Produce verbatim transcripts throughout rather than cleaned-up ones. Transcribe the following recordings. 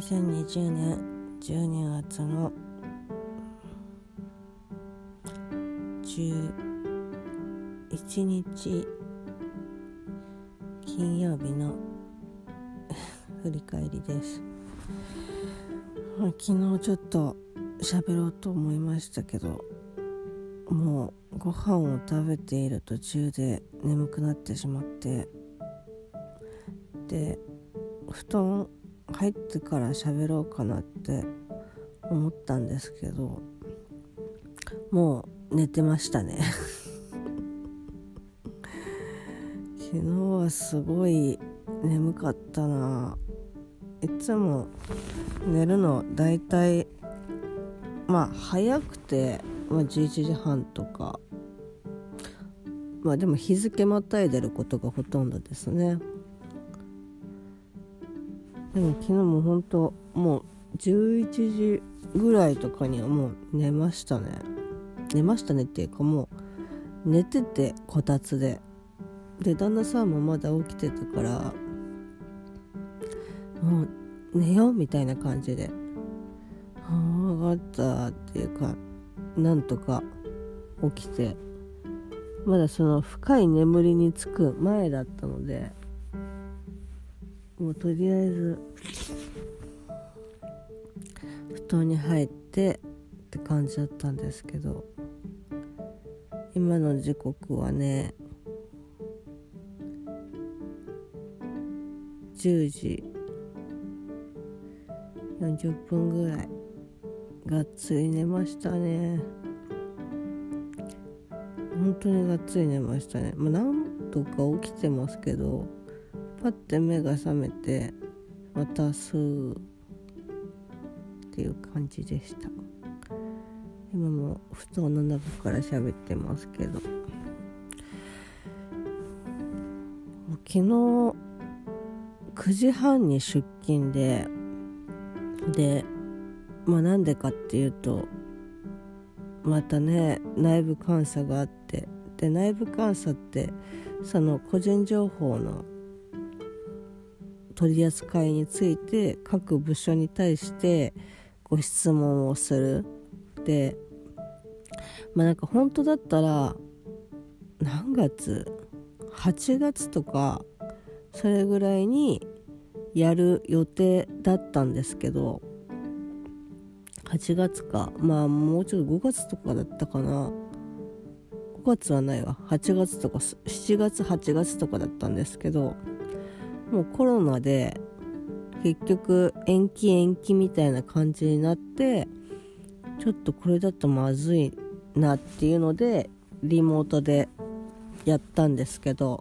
せんにじゅうねんじゅうにがつのじゅういちにち金曜日の振り返りです。昨日ちょっと喋ろうと思いましたけど、もうご飯を食べている途中で眠くなってしまって、で布団入ってから喋ろうかなって思ったんですけど、もう寝てましたね昨日はすごい眠かったな。いつも寝るのだいたいまあ早くて、まあ、じゅういちじはんとか、まあでも日付またいでることがほとんどですね。でも昨日も本当もうじゅういちじぐらいとかにはもう寝ましたね寝ましたねっていうか、もう寝ててこたつでで旦那さんもまだ起きてたから、もう寝ようみたいな感じで、ああ分かったっていうか、なんとか起きて、まだその深い眠りにつく前だったので、もうとりあえず布団に入ってって感じだったんですけど、今の時刻はねじゅうじよんじゅっぷんぐらいがっつり寝ましたね。本当にがっつり寝ましたね。まあ、何とか起きてますけど、パッて目が覚めてまたスーっていう感じでした。今も布団の中から喋ってますけど、昨日くじはんに出勤でで、まあなんでかっていうと、またね内部監査があって、で内部監査ってその個人情報の取り扱いについて各部署に対してご質問をする。でまあなんか本当だったら何月はちがつとかそれぐらいにやる予定だったんですけど、はちがつか、まあもうちょっとごがつとかだったかな、ごがつはないわ、はちがつとかしちがつはちがつとかだったんですけど、もうコロナで結局延期延期みたいな感じになって、ちょっとこれだとまずいなっていうのでリモートでやったんですけど、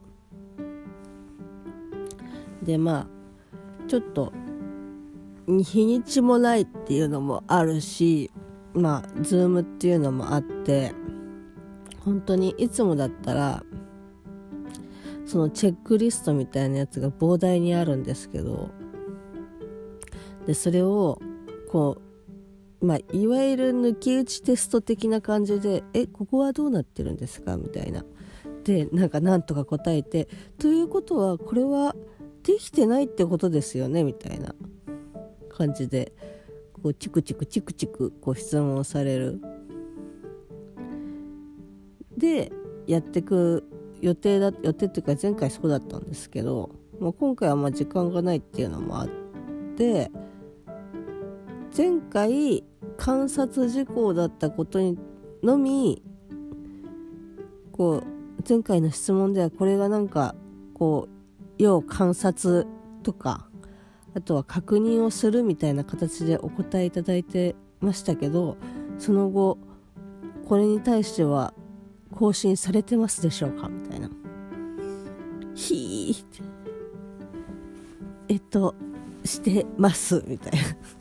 でまあちょっと日にちもないっていうのもあるし、まあズームっていうのもあって、本当にいつもだったらそのチェックリストみたいなやつが膨大にあるんですけど、でそれをこうまあいわゆる抜き打ちテスト的な感じで、えここはどうなってるんですかみたいな、でなんかなんとか答えて、ということはこれはできてないってことですよねみたいな感じで、こうチクチクチクチクこう質問される。でやってく予定だ予定っていうか前回そうだったんですけど、もう今回はまあ時間がないっていうのもあって、前回観察事項だったことにのみ、こう前回の質問ではこれがなんかこう要観察とか、あとは確認をするみたいな形でお答えいただいてましたけど、その後これに対しては更新されてますでしょうかみたいな、ひーってえっとしてますみたいな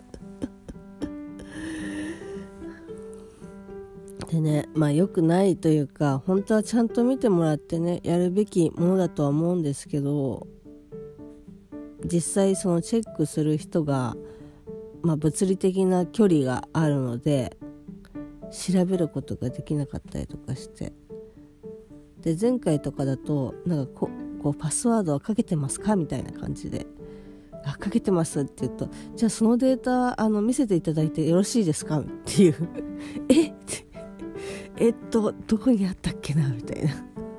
でね、まあ良くないというか、本当はちゃんと見てもらってねやるべきものだとは思うんですけど、実際そのチェックする人が、まあ、物理的な距離があるので調べることができなかったりとかして、で前回とかだとなんかここうパスワードはかけてますかみたいな感じであ、かけてますって言うと、じゃあそのデータあの見せていただいてよろしいですかっていうえってえっとどこにあったっけなみたいな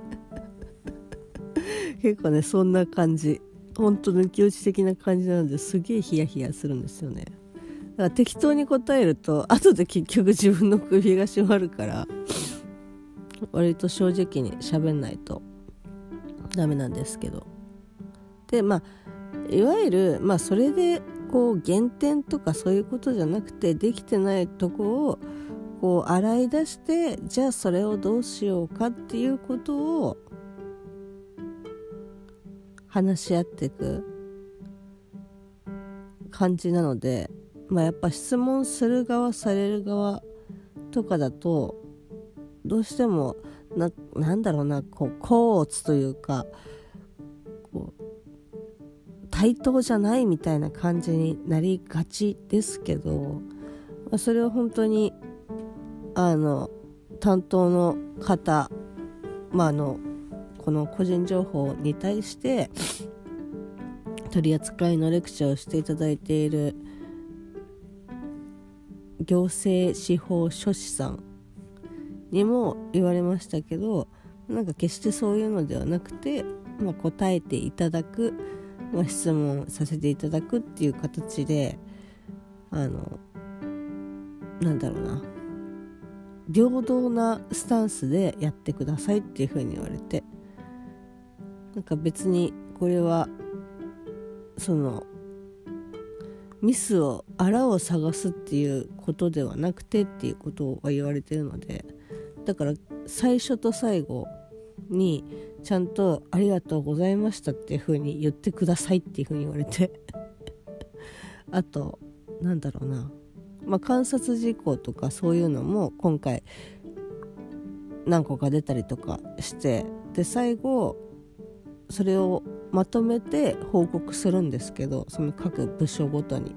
結構ねそんな感じ、本当抜き打ち的な感じなのですげえヒヤヒヤするんですよね。だから適当に答えると後で結局自分の首が絞まるから割と正直に喋んないとダメなんですけど、でまあいわゆるまあそれでこう減点とかそういうことじゃなくて、できてないとこをこう洗い出して、じゃあそれをどうしようかっていうことを話し合っていく感じなので、まあやっぱ質問する側される側とかだとどうしても な, なんだろうなこう甲乙というかこう対等じゃないみたいな感じになりがちですけど、まあ、それは本当にあの担当の方、まあ、あのこの個人情報に対して取り扱いのレクチャーをしていただいている行政司法書士さんにも言われましたけど、なんか決してそういうのではなくて、まあ、答えていただく、まあ、質問させていただくっていう形で、あのなんだろうな平等なスタンスでやってくださいっていう風に言われて、なんか別にこれはそのミスをあらを探すっていうことではなくてっていうことは言われているので、だから最初と最後にちゃんとありがとうございましたっていう風に言ってくださいっていう風に言われてあとなんだろうな、まあ、観察事項とかそういうのも今回何個か出たりとかして、で最後それをまとめて報告するんですけど、その各部署ごとに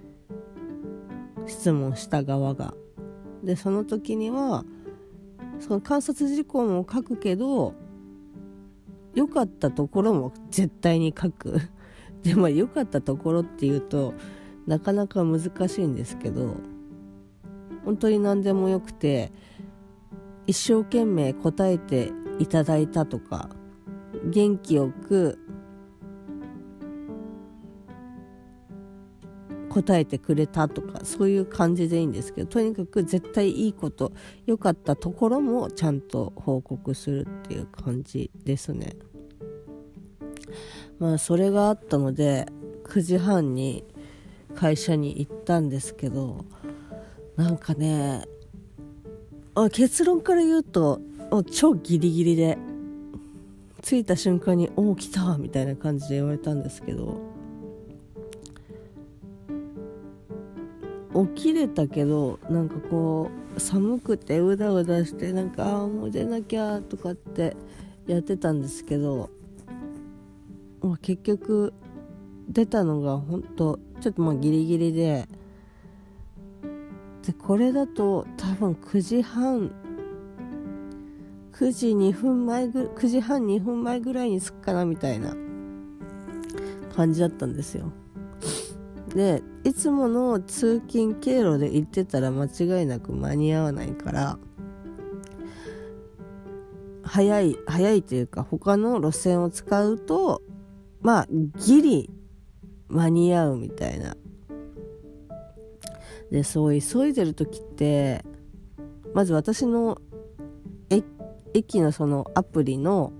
質問した側がで、その時にはその観察事項も書くけど良かったところも絶対に書くでも良かったところっていうとなかなか難しいんですけど、本当に何でもよくて一生懸命答えていただいたとか、元気よく答えてくれたとか、そういう感じでいいんですけど、とにかく絶対いいこと、良かったところもちゃんと報告するっていう感じですね。まあそれがあったのでくじはんに会社に行ったんですけど、なんかねあ結論から言うと超ギリギリで着いた瞬間におー来たみたいな感じで言われたんですけど、起きれたけどなんかこう寒くてうだうだしてなんかあもう出なきゃとかってやってたんですけど、まあ、結局出たのがほんとちょっとまあギリギリで、でこれだと多分くじはんくじにふんまえぐくじはんにふんまえぐらいに着くかなみたいな感じだったんですよ。でいつもの通勤経路で行ってたら間違いなく間に合わないから、早い早いというか他の路線を使うとまあギリ間に合うみたいな。でそう急いでる時ってまず私のえ駅のそのアプリの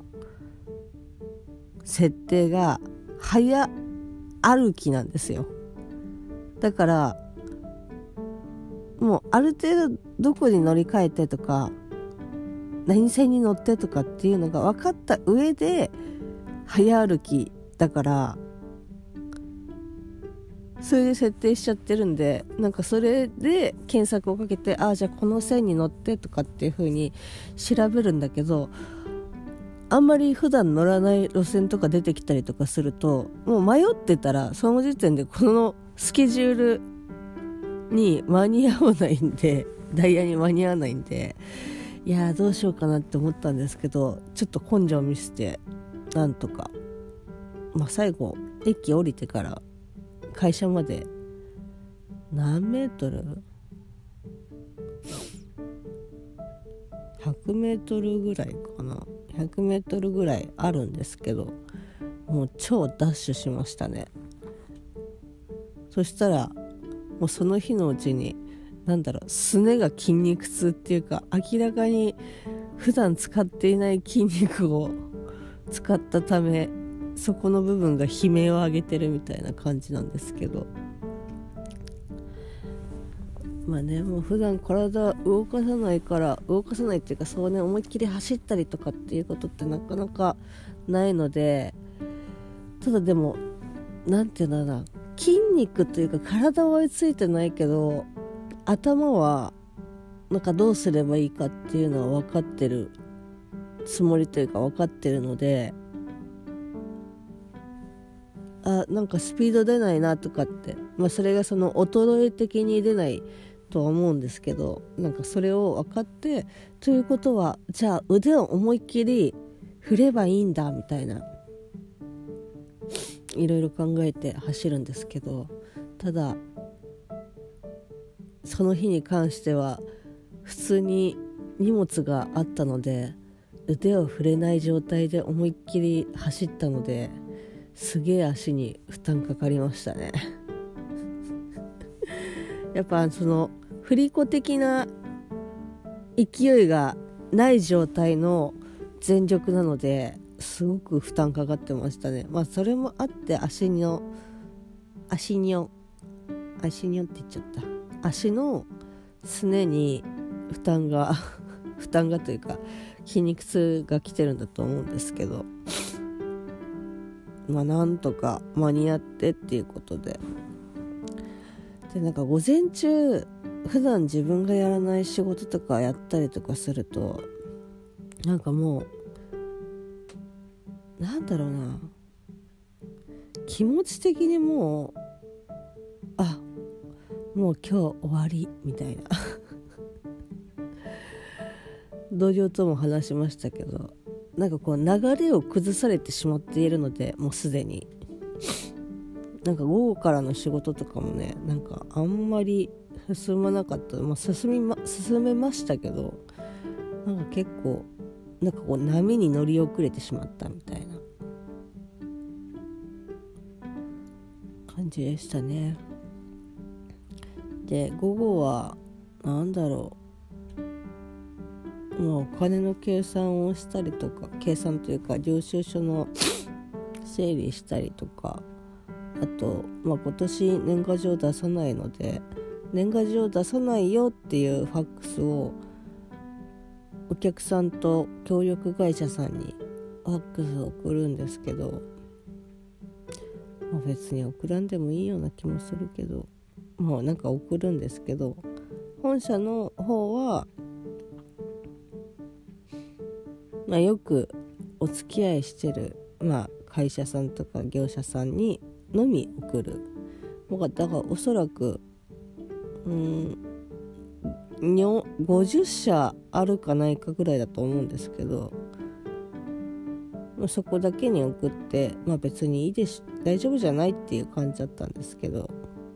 設定が早歩きなんですよ。だからもうある程度どこに乗り換えてとか何線に乗ってとかっていうのが分かった上で早歩きだから、それで設定しちゃってるんで、なんかそれで検索をかけてああじゃあこの線に乗ってとかっていう風に調べるんだけど、あんまり普段乗らない路線とか出てきたりとかするともう迷ってたらその時点でこのスケジュールに間に合わないんでダイヤに間に合わないんで、いやどうしようかなって思ったんですけど、ちょっと根性を見せてなんとか、まあ、最後駅降りてから会社まで何メートル ?ひゃく メートルぐらいかな、ひゃくメートルぐらいあるんですけど、もう超ダッシュしましたね。そしたらもうその日のうちになんだろう、すねが筋肉痛っていうか、明らかに普段使っていない筋肉を使ったため、そこの部分が悲鳴を上げてるみたいな感じなんですけど、まあね、もう普段体動かさないから動かさないっていうか、そうね、思いっきり走ったりとかっていうことってなかなかないので、ただでもなんていうんだろうな、筋肉というか体は追いついてないけど、頭はなんかどうすればいいかっていうのは分かってるつもりというか分かってるので、あ、なんかスピード出ないなとかって、まあそれがその衰え的に出ないとは思うんですけど、なんかそれを分かって、ということはじゃあ腕を思いっきり振ればいいんだみたいな、いろいろ考えて走るんですけど、ただその日に関しては普通に荷物があったので、腕を振れない状態で思いっきり走ったので、すげえ足に負担かかりましたねやっぱその振り子的な勢いがない状態の全力なので、すごく負担かかってましたね。まあそれもあって足の足に足にって言っちゃった足のすねに負担が負担がというか筋肉痛が来てるんだと思うんですけど、まあなんとか間に合ってっていうことで、でなんか午前中普段自分がやらない仕事とかやったりとかすると、なんかもうなんだろうな、気持ち的にもうあもう今日終わりみたいな同僚とも話しましたけど、なんかこう流れを崩されてしまっているので、もうすでになんか午後からの仕事とかもね、なんかあんまり進まなかった、まあ、進みま進めましたけど、なんか結構なんかこう波に乗り遅れてしまったみたいな感じでしたね。で午後はなんだろう、まあ、お金の計算をしたりとか、計算というか領収書の整理したりとか、あと、まあ、今年年賀状出さないので、年賀状出さないよっていうファックスをお客さんと協力会社さんにファックスを送るんですけど、まあ、別に送らんでもいいような気もするけど、もうなんか送るんですけど、本社の方は、まあ、よくお付き合いしてる、まあ、会社さんとか業者さんにのみ送る。だからおそらくうーんごじゅっしゃあるかないかぐらいだと思うんですけど、そこだけに送って、まあ、別にいいです大丈夫じゃないっていう感じだったんですけど、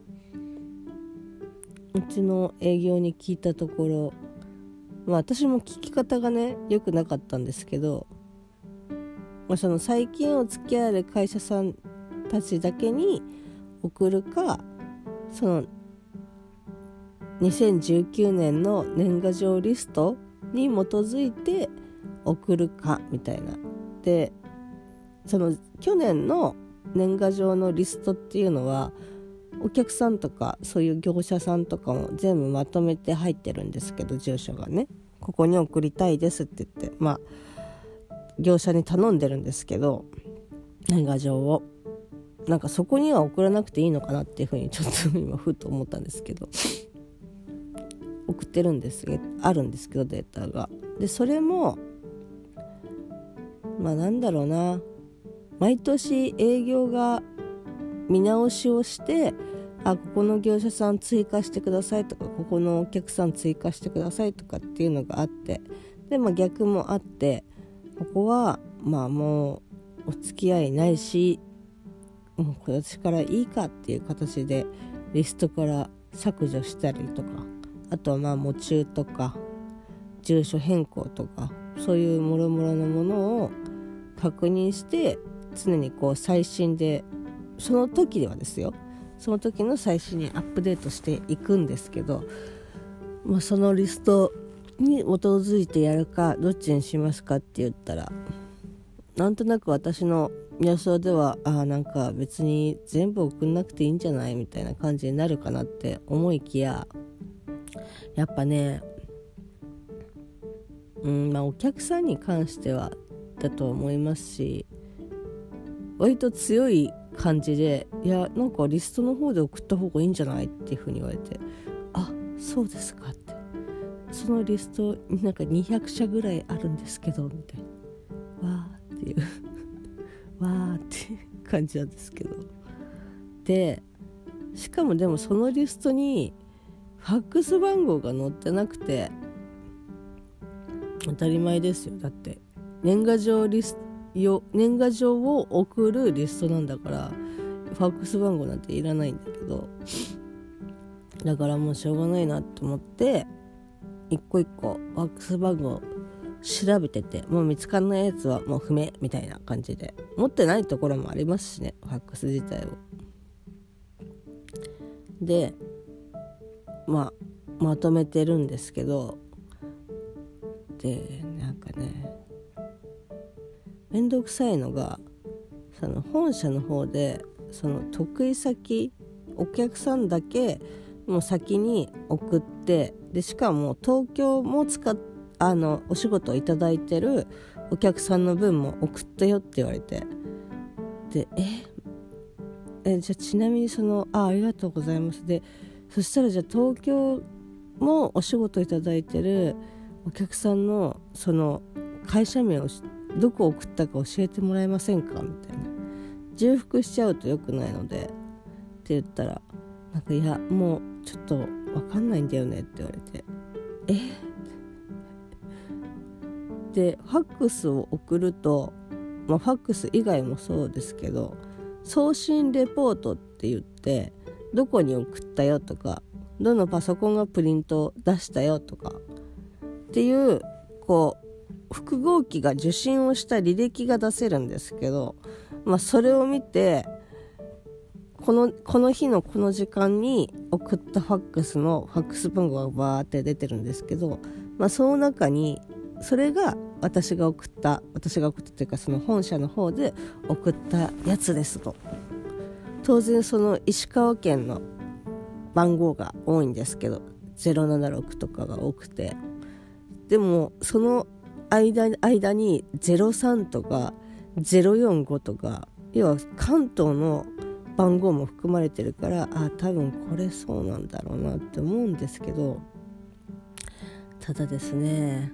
うちの営業に聞いたところ、まあ、私も聞き方がね良くなかったんですけど、まあ、その最近お付き合いある会社さんたちだけに送るか、そのにせんじゅうきゅうねんの年賀状リストに基づいて送るかみたいな。でその去年の年賀状のリストっていうのはお客さんとかそういう業者さんとかも全部まとめて入ってるんですけど、住所がねここに送りたいですって言って、まあ業者に頼んでるんですけど、年賀状をなんかそこには送らなくていいのかなっていうふうにちょっと今ふと思ったんですけど、送ってるんですあるんですけどデータが。でそれもまあなんだろうな、毎年営業が見直しをして、あここの業者さん追加してくださいとか、ここのお客さん追加してくださいとかっていうのがあって、でまあ逆もあって、ここはまあもうお付き合いないしもうこれ私からいいかっていう形でリストから削除したりとか、あとはまあ喪中とか住所変更とかそういうもろもろのものを確認して常にこう最新でその時ではですよその時の最新にアップデートしていくんですけど、まあ、そのリストに基づいてやるかどっちにしますかって言ったらなんとなく私の予想ではあなんか別に全部送んなくていいんじゃないみたいな感じになるかなって思いきややっぱねうんまあお客さんに関してはだと思いますし割と強い感じでいやなんかリストの方で送った方がいいんじゃないっていう風に言われてあそうですかってそのリストなんかにひゃくしゃぐらいあるんですけどみたいなわーっていうわーっていう感じなんですけどでしかもでもそのリストにファックス番号が載ってなくて当たり前ですよだって年賀状リストよ年賀状を送るリストなんだからファックス番号なんていらないんだけどだからもうしょうがないなと思って一個一個ファックス番号調べててもう見つかんないやつはもう不明みたいな感じで持ってないところもありますしねファックス自体をでまあまとめてるんですけどでなんかねめんどくさいのがその本社の方でその得意先お客さんだけもう先に送ってでしかも東京も使っあのお仕事をいただいてるお客さんの分も送ったよって言われてでええじゃあちなみにその あ, ありがとうございますでそしたらじゃあ東京もお仕事いただいてるお客さんのその会社名をどこ送ったか教えてもらえませんかみたいな重複しちゃうと良くないのでって言ったらなんかいやもうちょっと分かんないんだよねって言われてえでファックスを送ると、まあ、ファックス以外もそうですけど送信レポートって言ってどこに送ったよとかどのパソコンがプリント出したよとかっていうこう複合機が受信をした履歴が出せるんですけど、まあ、それを見てこの、この日のこの時間に送ったファックスのファックス番号がバーって出てるんですけど、まあ、その中にそれが私が送った私が送ったというかその本社の方で送ったやつですと当然その石川県の番号が多いんですけどゼロななろくとかが多くてでもその間, 間にゼロさんとかゼロよんごとか要は関東の番号も含まれてるからあ多分これそうなんだろうなって思うんですけどただですね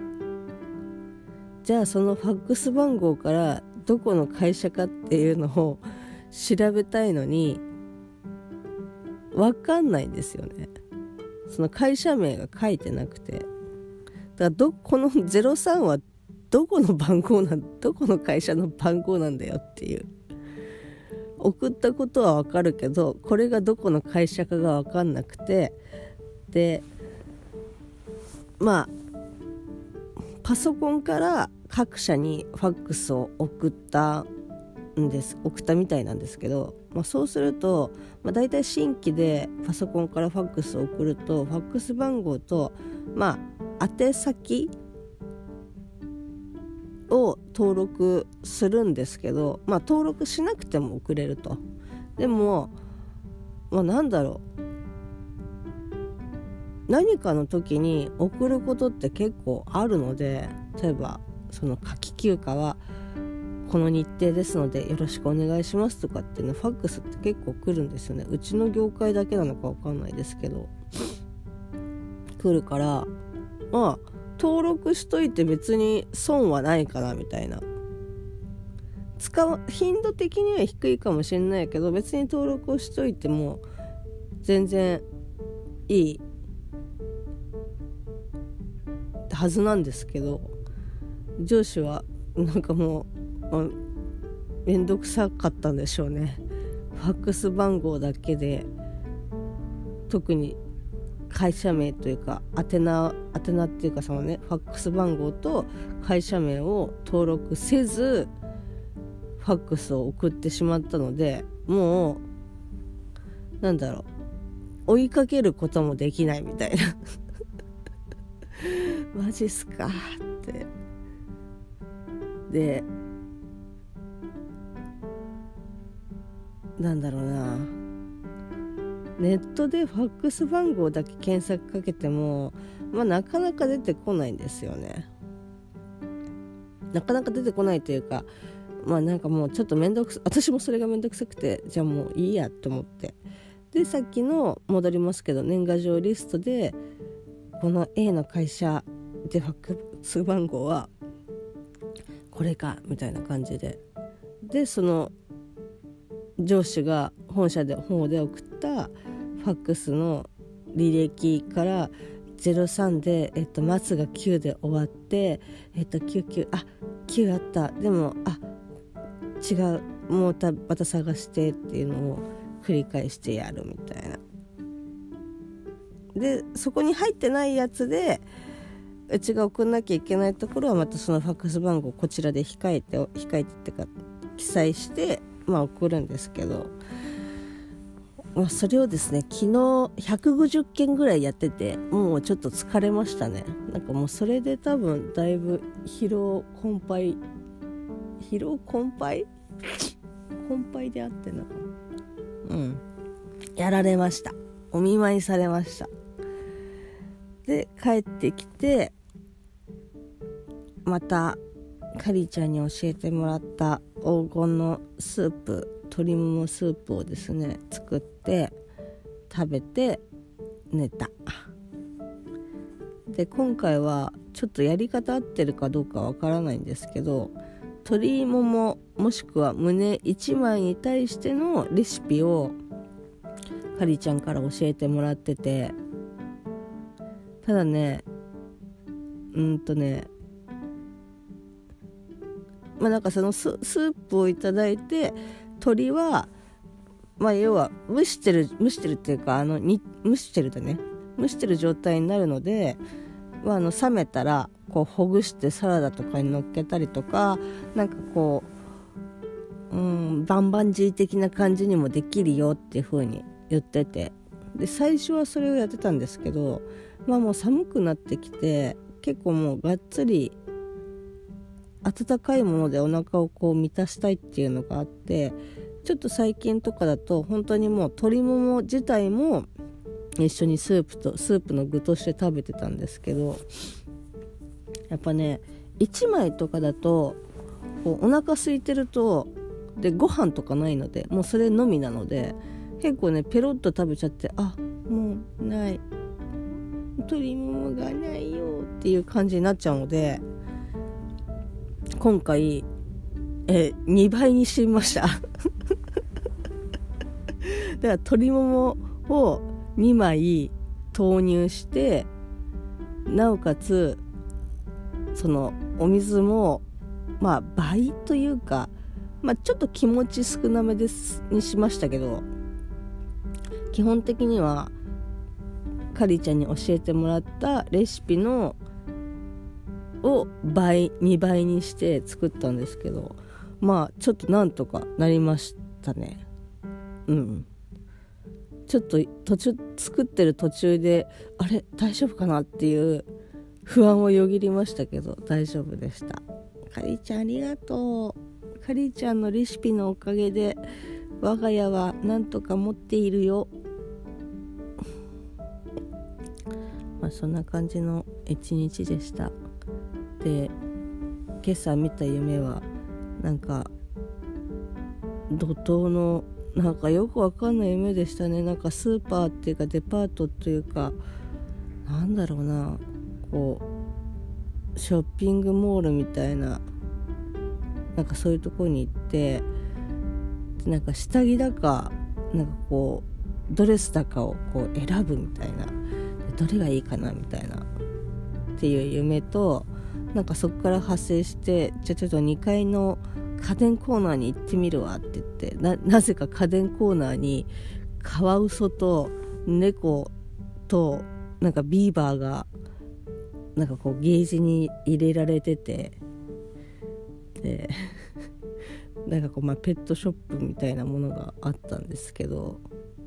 じゃあそのファックス番号からどこの会社かっていうのを調べたいのに分かんないんですよねその会社名が書いてなくてだからどこのゼロさんはどこの番号なんどこの会社の番号なんだよっていう送ったことは分かるけどこれがどこの会社かが分かんなくてでまあパソコンから各社にファックスを送ったんです送ったみたいなんですけど、まあ、そうすると、まあ、大体新規でパソコンからファックスを送るとファックス番号とまあ宛先を登録するんですけど、まあ、登録しなくても送れるとでも、まあ、なんだろう何かの時に送ることって結構あるので例えばその夏季休暇はこの日程ですのでよろしくお願いしますとかっていうのファックスって結構来るんですよねうちの業界だけなのか分かんないですけど来るからまあ登録しといて別に損はないかなみたいな使う頻度的には低いかもしれないけど別に登録をしといても全然いいはずなんですけど上司はなんかもうめんどくさかったんでしょうねファックス番号だけで、特に会社名というか宛名宛名っていうかそのねファックス番号と会社名を登録せずファックスを送ってしまったので、もうなんだろう、追いかけることもできないみたいなマジっすかってで、なんだろうな、ネットでファックス番号だけ検索かけても、まあ、なかなか出てこないんですよね。なかなか出てこないというか、まあなんかもうちょっとめんどくさ、私もそれがめんどくさくて、じゃあもういいやと思って、でさっきの戻りますけど年賀状リストでこの A の会社でファックス番号はこれかみたいな感じで、でその上司が本社で方で送ったファックスの履歴からゼロさんで、えっと、末がきゅうで終わって、えっと、きゅうきゅうあきゅうあった、でもあ違う、もうたまた探してっていうのを繰り返してやるみたいな。でそこに入ってないやつでうちが送んなきゃいけないところはまたそのファックス番号をこちらで控えて控えてってか記載してまあ送るんですけど、まあ、それをですね昨日ひゃくごじゅっけんぐらいやってて、もうちょっと疲れましたね。なんかもうそれで多分だいぶ疲労困憊疲労困憊困憊であってんのかな、うんやられました。お見舞いされました。で帰ってきてまたカリーちゃんに教えてもらった黄金のスープ、鶏ももスープをですね作って食べて寝た。で今回はちょっとやり方合ってるかどうかわからないんですけど、鶏もももしくは胸いちまいに対してのレシピをカリーちゃんから教えてもらってて、ただねうーんとねまあなんかその ス, スープをいただいて、鶏はまあ要は蒸してる蒸してるっていうかあのに蒸してるだね蒸してる状態になるので、まあ、あの冷めたらこうほぐしてサラダとかに乗っけたりとか、なんかこう、うん、バンバンジー的な感じにもできるよっていう風に言ってて、で最初はそれをやってたんですけど、まあもう寒くなってきて結構もうがっつり温かいものでお腹をこう満たしたいっていうのがあって、ちょっと最近とかだと本当にもう鶏もも自体も一緒にスープとスープの具として食べてたんですけど、やっぱねいちまいとかだとこうお腹空いてるとでご飯とかないのでもうそれのみなので結構ねペロッと食べちゃって、あもうない鶏ももがないよっていう感じになっちゃうので、今回えにばいにしてみましただから鶏ももをにまい投入して、なおかつそのお水もまあ倍というか、まあ、ちょっと気持ち少なめですにしましたけど、基本的にはカリーちゃんに教えてもらったレシピのを倍にばいにして作ったんですけど、まあちょっとなんとかなりましたね。うんちょっと途中作ってる途中であれ大丈夫かなっていう不安をよぎりましたけど大丈夫でした。カリーちゃんありがとう。カリーちゃんのレシピのおかげで我が家はなんとか持っているよ。まあそんな感じの一日でした。で今朝見た夢はなんか怒涛のなんかよくわかんない夢でしたね。なんかスーパーっていうかデパートっていうかなんだろうな、こうショッピングモールみたいななんかそういうところに行って、なんか下着だかなんかこうドレスだかをこう選ぶみたいな、どれがいいかなみたいなっていう夢と、なんかそこから派生してじゃあちょっとにかいの家電コーナーに行ってみるわって言って、 な, なぜか家電コーナーにカワウソと猫となんかビーバーがなんかこうゲージに入れられてて、でなんかこう、まあ、ペットショップみたいなものがあったんですけど、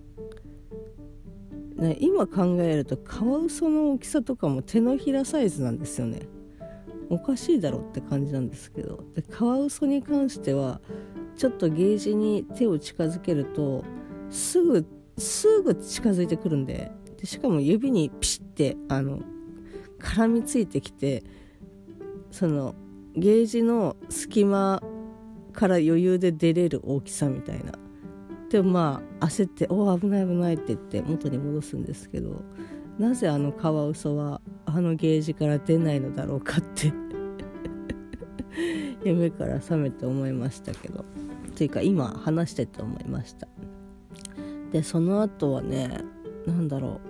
ね、今考えるとカワウソの大きさとかも手のひらサイズなんですよね。おかしいだろって感じなんですけど、でカワウソに関してはちょっとゲージに手を近づけるとすぐすぐ近づいてくるん で, でしかも指にピシッてあの絡みついてきて、そのゲージの隙間から余裕で出れる大きさみたいな。でもまあ焦ってお危ない危ないって言って元に戻すんですけど、なぜあのカワウソはあのゲージから出ないのだろうかって夢から覚めて思いましたけど、というか今話してて思いました。でその後はね、なんだろ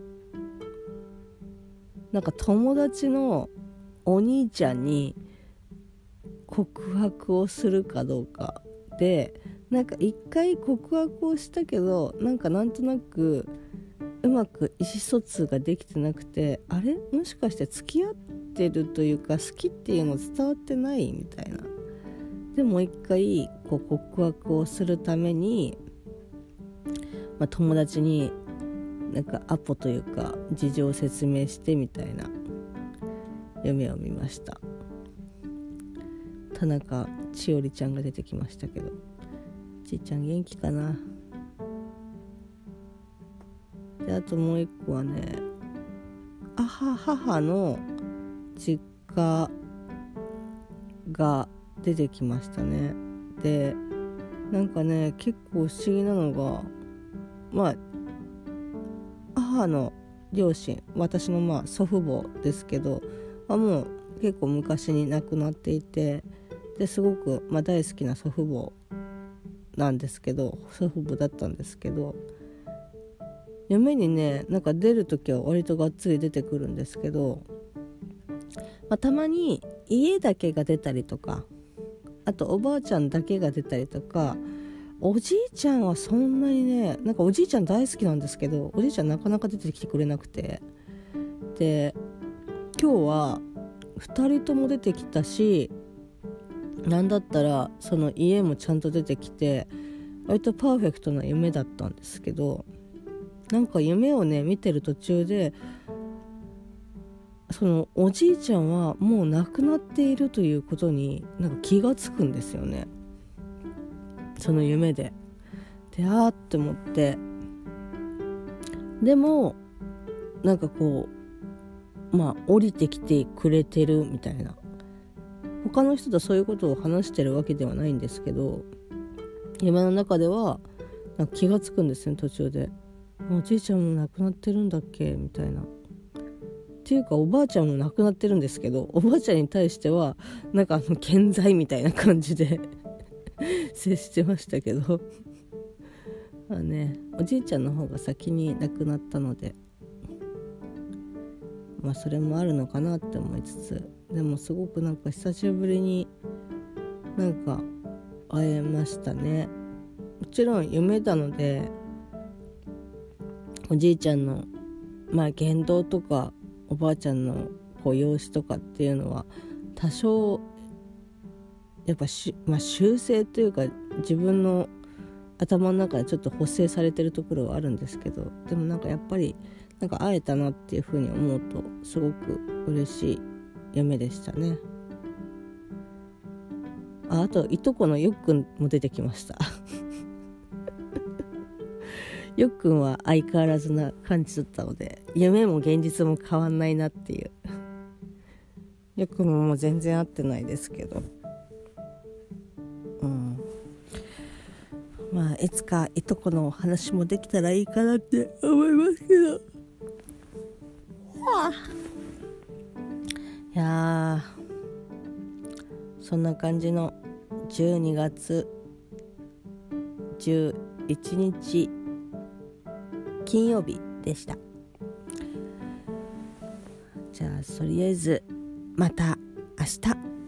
う、なんか友達のお兄ちゃんに告白をするかどうかで、なんか一回告白をしたけど、なんかなんとなくうまく意思疎通ができてなくて、あれもしかして付き合ってるというか好きっていうの伝わってないみたいな。でもう一回こう告白をするために、まあ、友達になんかアポというか事情を説明してみたいな夢を見ました。田中千織ちゃんが出てきましたけど、ちいちゃん元気かな。であともう一個はね、あは母の実家が出てきましたね。でなんかね結構不思議なのが、まあ母の両親、私のまあ祖父母ですけど、まあ、もう結構昔に亡くなっていて、ですごくまあ大好きな祖父母なんですけど、祖父母だったんですけど、夢にねなんか出るときは割とがっつり出てくるんですけど、まあ、たまに家だけが出たりとか、あとおばあちゃんだけが出たりとか、おじいちゃんはそんなにね、なんかおじいちゃん大好きなんですけど、おじいちゃんなかなか出てきてくれなくて、で今日はふたりとも出てきたし、なんだったらその家もちゃんと出てきて、割とパーフェクトな夢だったんですけど、なんか夢をね見てる途中で、そのおじいちゃんはもう亡くなっているということになんか気がつくんですよね、その夢で。であーって思って、でもなんかこうまあ降りてきてくれてるみたいな、他の人とそういうことを話してるわけではないんですけど、夢の中ではなんか気がつくんですよ、途中で。おじいちゃんも亡くなってるんだっけみたいな。っていうかおばあちゃんも亡くなってるんですけど、おばあちゃんに対してはなんかあの健在みたいな感じで接してましたけどまあね、おじいちゃんの方が先に亡くなったので、まあそれもあるのかなって思いつつ、でもすごくなんか久しぶりになんか会えましたね。もちろん夢なので、おじいちゃんのまあ言動とかおばあちゃんのこう容姿とかっていうのは多少やっぱし、まあ、修正というか自分の頭の中でちょっと補正されてるところはあるんですけど、でもなんかやっぱりなんか会えたなっていうふうに思うとすごく嬉しい夢でしたね。あ, あといとこのよっくんも出てきましたよっくんは相変わらずな感じだったので、夢も現実も変わんないなっていう。よっくんももう全然会ってないですけど、うん、まあいつかいとこのお話もできたらいいかなって思いますけど、はあ、いやそんな感じのじゅうにがつじゅういちにち金曜日でした。じゃあとりあえずまた明日。